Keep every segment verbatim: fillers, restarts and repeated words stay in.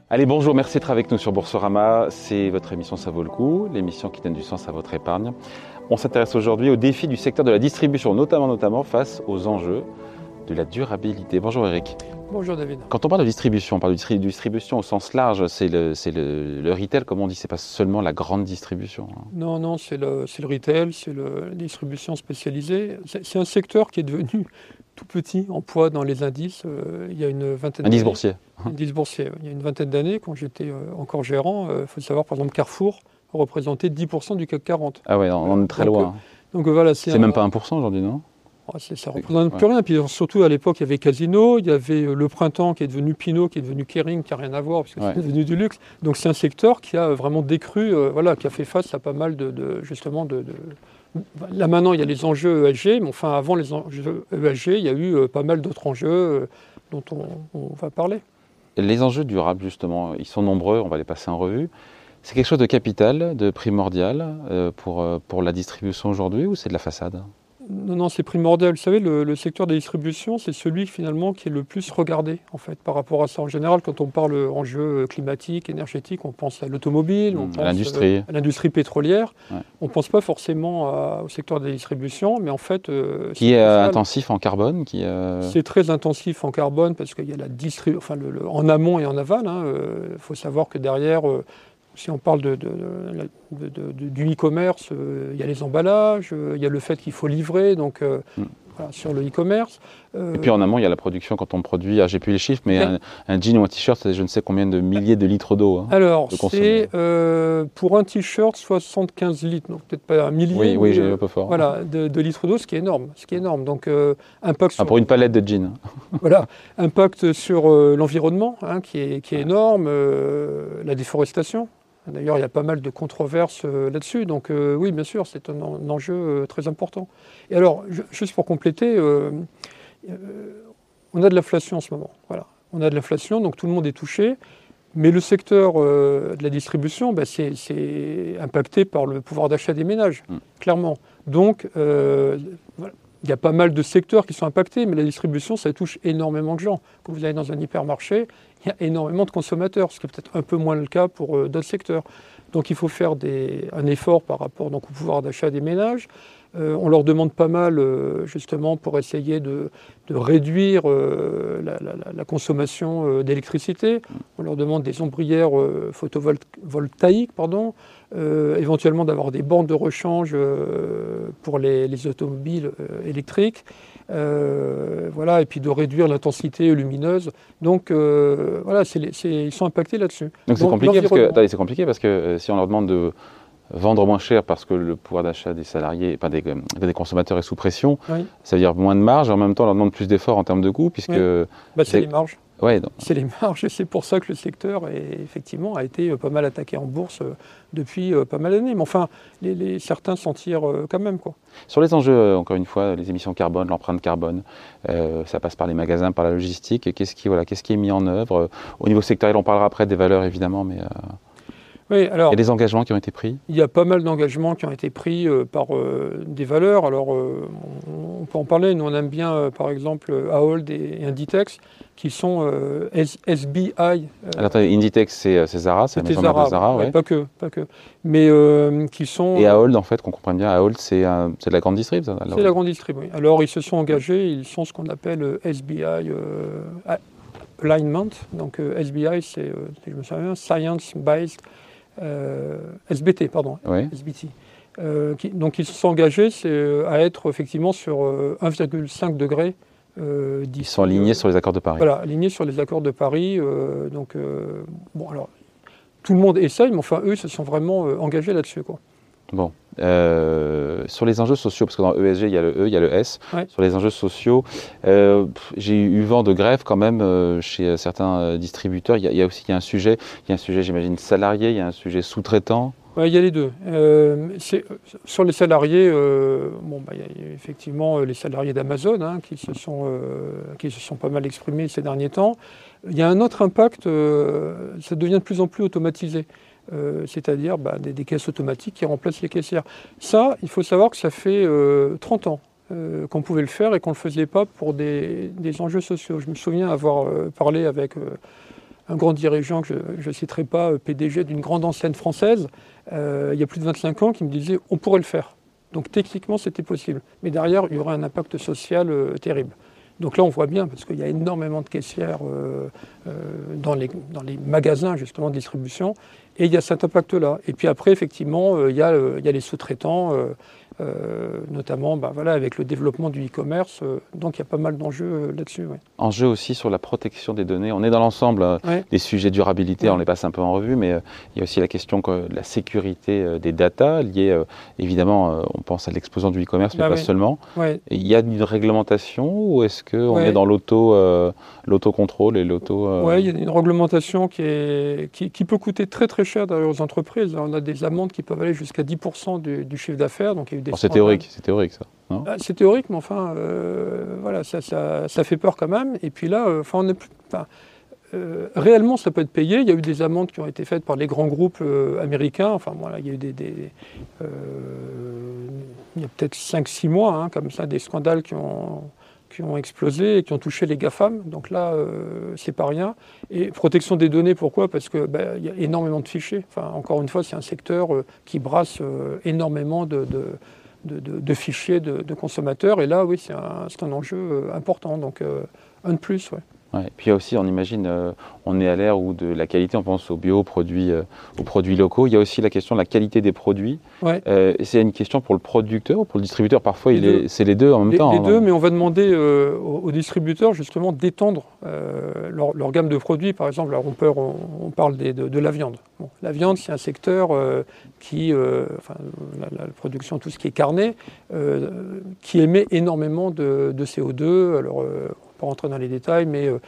Allez, bonjour, merci d'être avec nous sur Boursorama. C'est votre émission Ça vaut le coup, l'émission qui donne du sens à votre épargne. On s'intéresse aujourd'hui aux défis du secteur de la distribution, notamment, notamment face aux enjeux de la durabilité. Bonjour Eric. Bonjour David. Quand on parle de distribution, on parle de distribution au sens large, c'est le, c'est le, le retail, comme on dit, c'est pas seulement la grande distribution. Non, non, c'est le, c'est le retail, c'est le, la distribution spécialisée. C'est, c'est un secteur qui est devenu tout petit en poids dans les indices. Euh, il y a une vingtaine Indice d'années. boursier. Indice boursier. Il y a une vingtaine d'années, quand j'étais euh, encore gérant, il euh, faut savoir, par exemple, Carrefour représentait dix pour cent du C A C quarante. Ah ouais, on est très donc, loin. Euh, donc voilà, c'est c'est un, même pas un pour cent aujourd'hui, non? Ça ne représente plus rien. Puis surtout, à l'époque, il y avait Casino, il y avait le Printemps qui est devenu Pinot, qui est devenu Kering, qui n'a rien à voir, parce que ouais. c'est devenu du luxe. Donc c'est un secteur qui a vraiment décru, euh, voilà, qui a fait face à pas mal de, de justement, de, de... Là maintenant, il y a les enjeux E S G, mais enfin, avant les enjeux E S G, il y a eu euh, pas mal d'autres enjeux euh, dont on, on va parler. Les enjeux durables, justement, ils sont nombreux, on va les passer en revue. C'est quelque chose de capital, de primordial euh, pour, euh, pour la distribution aujourd'hui, ou c'est de la façade ? Non, non, c'est primordial. Vous savez, le, le secteur des distributions, c'est celui finalement qui est le plus regardé en fait par rapport à ça. En général, quand on parle enjeux climatiques, énergétiques, on pense à l'automobile, on mmh, pense à l'industrie, euh, à l'industrie pétrolière. Ouais. On ne pense pas forcément à, au secteur des distributions, mais en fait, euh, qui est euh, intensif en carbone, qui euh... c'est très intensif en carbone parce qu'il y a la distribution, enfin, le, le, en amont et en aval. Il hein, euh, faut savoir que derrière. Euh, Si on parle de, de, de, de, de, du e-commerce, euh, il y a les emballages, euh, il y a le fait qu'il faut livrer, donc euh, mm. voilà, sur le e-commerce. Euh, et puis en amont, il y a la production quand on produit, ah, j'ai plus les chiffres, mais un, un jean ou un t-shirt, c'est je ne sais combien de milliers de litres d'eau. Hein, alors, c'est euh, pour un t-shirt soixante-quinze litres, donc peut-être pas un millier. Oui, oui, j'ai un peu fort. Voilà, de, de litres d'eau, ce qui est énorme. Ce qui est énorme. Donc, euh, impact ah, sur, pour une palette de jeans. Voilà, impact sur euh, l'environnement, hein, qui est, qui est énorme, euh, la déforestation. D'ailleurs, il y a pas mal de controverses euh, là-dessus. Donc euh, oui, bien sûr, c'est un, un enjeu euh, très important. Et alors, je, juste pour compléter, euh, euh, on a de l'inflation en ce moment. Voilà. On a de l'inflation, donc tout le monde est touché. Mais le secteur euh, de la distribution, bah, c'est, c'est impacté par le pouvoir d'achat des ménages, mmh. clairement. Donc, euh, voilà. Il y a pas mal de secteurs qui sont impactés, mais la distribution, ça touche énormément de gens. Quand vous allez dans un hypermarché, il y a énormément de consommateurs, ce qui est peut-être un peu moins le cas pour euh, d'autres secteurs. Donc il faut faire des, un effort par rapport donc, au pouvoir d'achat des ménages. Euh, on leur demande pas mal, euh, justement, pour essayer de, de réduire euh, la, la, la consommation euh, d'électricité. On leur demande des ombrières euh, photovoltaïques, pardon, euh, éventuellement d'avoir des bornes de rechange euh, pour les, les automobiles euh, électriques. Euh, voilà, et puis de réduire l'intensité lumineuse. Donc euh, voilà, c'est les, c'est, ils sont impactés là-dessus. Donc c'est, Donc, compliqué, parce que, attendez, c'est compliqué parce que euh, si on leur demande de vendre moins cher parce que le pouvoir d'achat des salariés, enfin des, des consommateurs est sous pression, oui. ça veut dire moins de marge, et en même temps on leur demande plus d'efforts en termes de coûts, puisque... Oui. Bah, c'est, c'est les marges. Ouais, donc... C'est les marges, et c'est pour ça que le secteur est, effectivement, a été pas mal attaqué en bourse depuis pas mal d'années. Mais enfin, les, les, certains s'en tirent quand même, quoi. Sur les enjeux, encore une fois, les émissions carbone, l'empreinte carbone, euh, ça passe par les magasins, par la logistique. Qu'est-ce qui, voilà, qu'est-ce qui est mis en œuvre? Au niveau sectoriel, on parlera après des valeurs, évidemment, mais... Euh... Oui, alors, il y a des engagements qui ont été pris? Il y a pas mal d'engagements qui ont été pris euh, par euh, des valeurs. Alors, euh, on, on peut en parler. Nous, on aime bien, euh, par exemple, Ahold et, et Inditex, qui sont euh, S B I. Euh, alors, attendez, Inditex, c'est, c'est Zara, c'est la maison mère de Zara, ouais, ouais. Pas que, pas que. Mais euh, qui sont... Et Ahold, en fait, qu'on comprenne bien, Ahold, c'est, un, c'est de la grande distrib, ça? C'est de la grande distrib, oui. Alors, ils se sont engagés, ils sont ce qu'on appelle euh, S B I euh, Alignment. Donc, euh, S B I, c'est, euh, si je me souviens bien, Science Based... Euh, S B T, pardon, oui. S B T. Euh, qui, donc ils se sont engagés c'est, euh, à être effectivement sur euh, un virgule cinq degrés. Euh, ils sont alignés euh, sur les accords de Paris. Voilà, alignés sur les accords de Paris. Euh, donc, euh, bon, alors, tout le monde essaye, mais enfin, eux se sont vraiment euh, engagés là-dessus, quoi. Bon. Euh, sur les enjeux sociaux, parce que dans E S G, il y a le E, il y a le S. Ouais. Sur les enjeux sociaux, euh, j'ai eu vent de grève quand même euh, chez certains euh, distributeurs. Il y, a, il y a aussi il y a un sujet, il y a un sujet, j'imagine, salarié, il y a un sujet sous-traitant. Ouais, il y a les deux. Euh, c'est, sur les salariés, euh, bon, bah, il y a effectivement les salariés d'Amazon hein, qui, se sont, euh, qui se sont pas mal exprimés ces derniers temps. Il y a un autre impact, euh, ça devient de plus en plus automatisé. Euh, c'est-à-dire bah, des, des caisses automatiques qui remplacent les caissières. Ça, il faut savoir que ça fait euh, trente ans euh, qu'on pouvait le faire et qu'on ne le faisait pas pour des, des enjeux sociaux. Je me souviens avoir euh, parlé avec euh, un grand dirigeant que je ne citerai pas, P D G d'une grande enseigne française, euh, il y a plus de vingt-cinq ans, qui me disait on pourrait le faire. Donc techniquement, c'était possible. Mais derrière, il y aurait un impact social euh, terrible. Donc là, on voit bien, parce qu'il y a énormément de caissières euh, euh, dans, les, dans les magasins, justement, de distribution, et il y a cet impact-là. Et puis après, effectivement, euh, il, y a, euh, il y a les sous-traitants, euh, euh, notamment bah, voilà, avec le développement du e-commerce. Euh, donc il y a pas mal d'enjeux euh, là-dessus. Ouais. Enjeux aussi sur la protection des données. On est dans l'ensemble euh, ouais. des sujets de durabilité, ouais. on les passe un peu en revue, mais euh, il y a aussi la question de la sécurité euh, des datas, liées, euh, évidemment, euh, on pense à l'explosion du e-commerce, mais bah, pas ouais. seulement. Ouais. Il y a une réglementation ou est-ce qu'on ouais. est dans l'auto, euh, l'autocontrôle et l'auto... Euh... Oui, il y a une réglementation qui, est, qui, qui peut coûter très très cher aux entreprises. On a des amendes qui peuvent aller jusqu'à dix pour cent du, du chiffre d'affaires. Donc il y a eu des bon, c'est théorique, c'est théorique ça. Non ah, c'est théorique, mais enfin, euh, voilà, ça, ça, ça fait peur quand même. Et puis là, euh, enfin, on est plus, enfin, euh, réellement, ça peut être payé. Il y a eu des amendes qui ont été faites par les grands groupes euh, américains. Enfin, voilà, il y a eu des, des euh, il y a peut-être cinq six mois, hein, comme ça, des scandales qui ont qui ont explosé et qui ont touché les GAFAM. Donc là, euh, c'est pas rien. Et protection des données, pourquoi ? Parce qu'il bah, y a énormément de fichiers. Enfin, encore une fois, c'est un secteur euh, qui brasse euh, énormément de, de, de, de, de fichiers de, de consommateurs. Et là, oui, c'est un, c'est un enjeu euh, important. Donc, euh, un de plus, ouais. Ouais. Puis il y a aussi, on imagine, euh, on est à l'ère où de la qualité, on pense aux bio, aux produits, euh, aux produits locaux. Il y a aussi la question de la qualité des produits. Ouais. Euh, c'est une question pour le producteur ou pour le distributeur. Parfois, il est, c'est les deux en même les, temps. Les hein, deux, donc. mais on va demander euh, aux, aux distributeurs justement d'étendre euh, leur, leur gamme de produits. Par exemple, alors on, peut, on, on parle des, de, de la viande. Bon, la viande, c'est un secteur euh, qui, euh, enfin, la, la production, tout ce qui est carné, euh, qui émet énormément de, de C O deux. Alors, euh, on peut rentrer dans les détails, mais euh,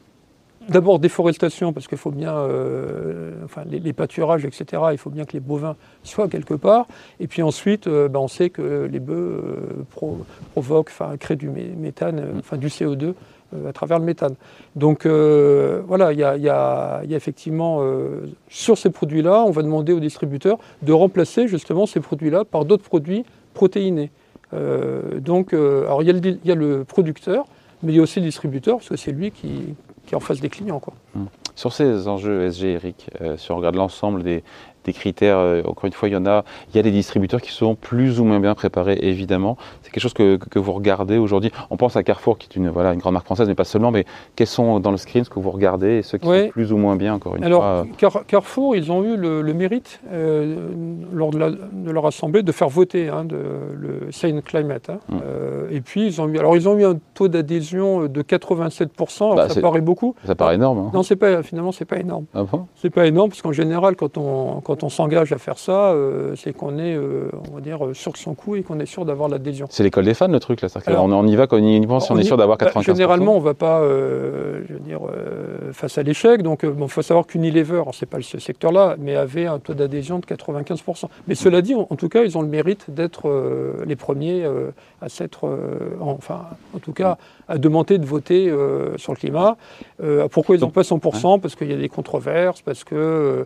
d'abord déforestation, parce qu'il faut bien, euh, enfin, les, les pâturages, et cetera, il faut bien que les bovins soient quelque part. Et puis ensuite, euh, ben, on sait que les bœufs euh, pro, provoquent, enfin, créent du méthane, euh, enfin du C O deux euh, à travers le méthane. Donc euh, voilà, il y a, y a, y a effectivement, euh, sur ces produits-là, on va demander aux distributeurs de remplacer justement ces produits-là par d'autres produits protéinés. Euh, donc, euh, alors il y, y, y a le producteur, mais il y a aussi le distributeur, parce que c'est lui qui, qui est en face des clients, quoi. Hum. Sur ces enjeux E S G, Eric, euh, si on regarde l'ensemble des, des critères, euh, encore une fois, il y en a, il y a des distributeurs qui sont plus ou moins bien préparés, évidemment. C'est quelque chose que, que vous regardez aujourd'hui. On pense à Carrefour, qui est une, voilà, une grande marque française, mais pas seulement, mais quels sont dans le screen ce que vous regardez et ceux qui ouais. sont plus ou moins bien, encore une Alors, fois Alors, Car Carrefour, ils ont eu le, le mérite, euh, lors de, la, de leur assemblée, de faire voter hein, de, le Sane Climate. Hein. Hum. Euh, et puis, ils ont eu, alors, ils ont eu un taux d'adhésion de quatre-vingt-sept pour cent. Alors, bah, ça paraît beaucoup. Ça paraît énorme. Hein. Non, c'est pas, finalement, c'est pas énorme. Ah bon ? C'est pas énorme, parce qu'en général, quand on, quand on s'engage à faire ça, euh, c'est qu'on est, euh, on va dire, sûr de son coup et qu'on est sûr d'avoir l'adhésion. C'est l'école des fans, le truc, là. Alors, on, on y va quand on y pense, si on, on est sûr d'avoir quatre-vingt-quinze pour cent. Bah, généralement, on ne va pas, euh, je veux dire, euh, face à l'échec. Donc, il euh, bon, faut savoir qu'Unilever, ce n'est pas ce secteur-là, mais avait un taux d'adhésion de quatre-vingt-quinze pour cent. Mais cela dit, en, en tout cas, ils ont le mérite d'être euh, les premiers euh, à s'être, euh, enfin, en tout cas, à demander de voter euh, sur le climat. Euh, pourquoi ils n'ont pas cent pour cent ? Parce qu'il y a des controverses, parce qu'il euh,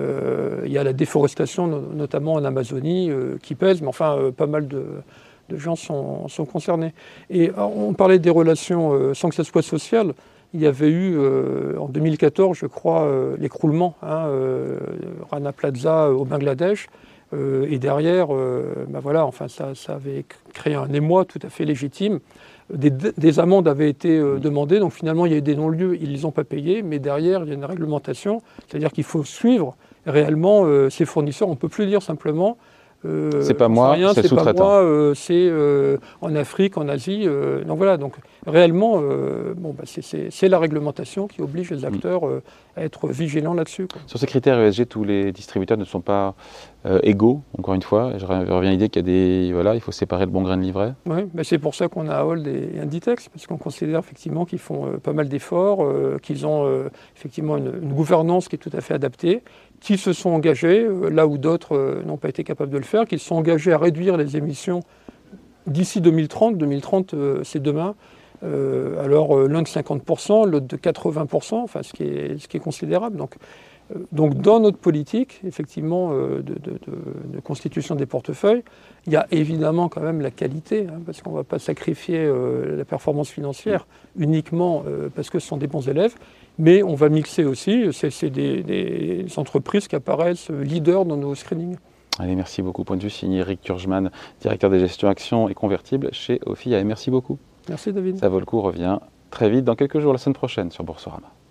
y a la déforestation, no notamment en Amazonie, euh, qui pèse, mais enfin, euh, pas mal de, de gens sont, sont concernés. Et on parlait des relations, euh, sans que ça soit social. Il y avait eu, euh, en deux mille quatorze, je crois, euh, l'écroulement, hein, euh, Rana Plaza euh, au Bangladesh. Euh, et derrière, euh, ben voilà, enfin, ça, ça avait créé un émoi tout à fait légitime. Des, des amendes avaient été euh, demandées, donc finalement il y a eu des non-lieux, ils ne les ont pas payés, mais derrière il y a une réglementation, c'est-à-dire qu'il faut suivre réellement euh, ces fournisseurs. On ne peut plus dire simplement euh, c'est pas moi, c'est sous-traitant. Euh, c'est euh, en Afrique, en Asie. Euh, donc voilà, donc réellement, euh, bon, bah, c'est la réglementation qui oblige les acteurs euh, à être vigilants là-dessus. Sur ces critères E S G, tous les distributeurs ne sont pas euh, égaux, encore une fois. Je reviens à l'idée qu'il y a des, voilà, il faut séparer le bon grain de livret. Oui, bah c'est pour ça qu'on a Ahold et Inditex, parce qu'on considère effectivement qu'ils font euh, pas mal d'efforts, euh, qu'ils ont euh, effectivement une, une gouvernance qui est tout à fait adaptée, qu'ils se sont engagés, euh, là où d'autres euh, n'ont pas été capables de le faire, qu'ils se sont engagés à réduire les émissions d'ici deux mille trente. deux mille trente, euh, c'est demain. Euh, alors euh, l'un de cinquante pour cent, l'autre de quatre-vingts pour cent, enfin, ce, qui est, ce qui est considérable. Donc, Donc dans notre politique, effectivement, euh, de, de, de, de constitution des portefeuilles, il y a évidemment quand même la qualité, hein, parce qu'on ne va pas sacrifier euh, la performance financière uniquement euh, parce que ce sont des bons élèves, mais on va mixer aussi, c'est des, des entreprises qui apparaissent leaders dans nos screenings. Allez, merci beaucoup. Point de vue signé Eric Kurgeman, directeur des gestions actions et convertibles chez Offiae. Merci beaucoup. Merci David. Ça vaut le coup, revient très vite dans quelques jours, la semaine prochaine sur Boursorama.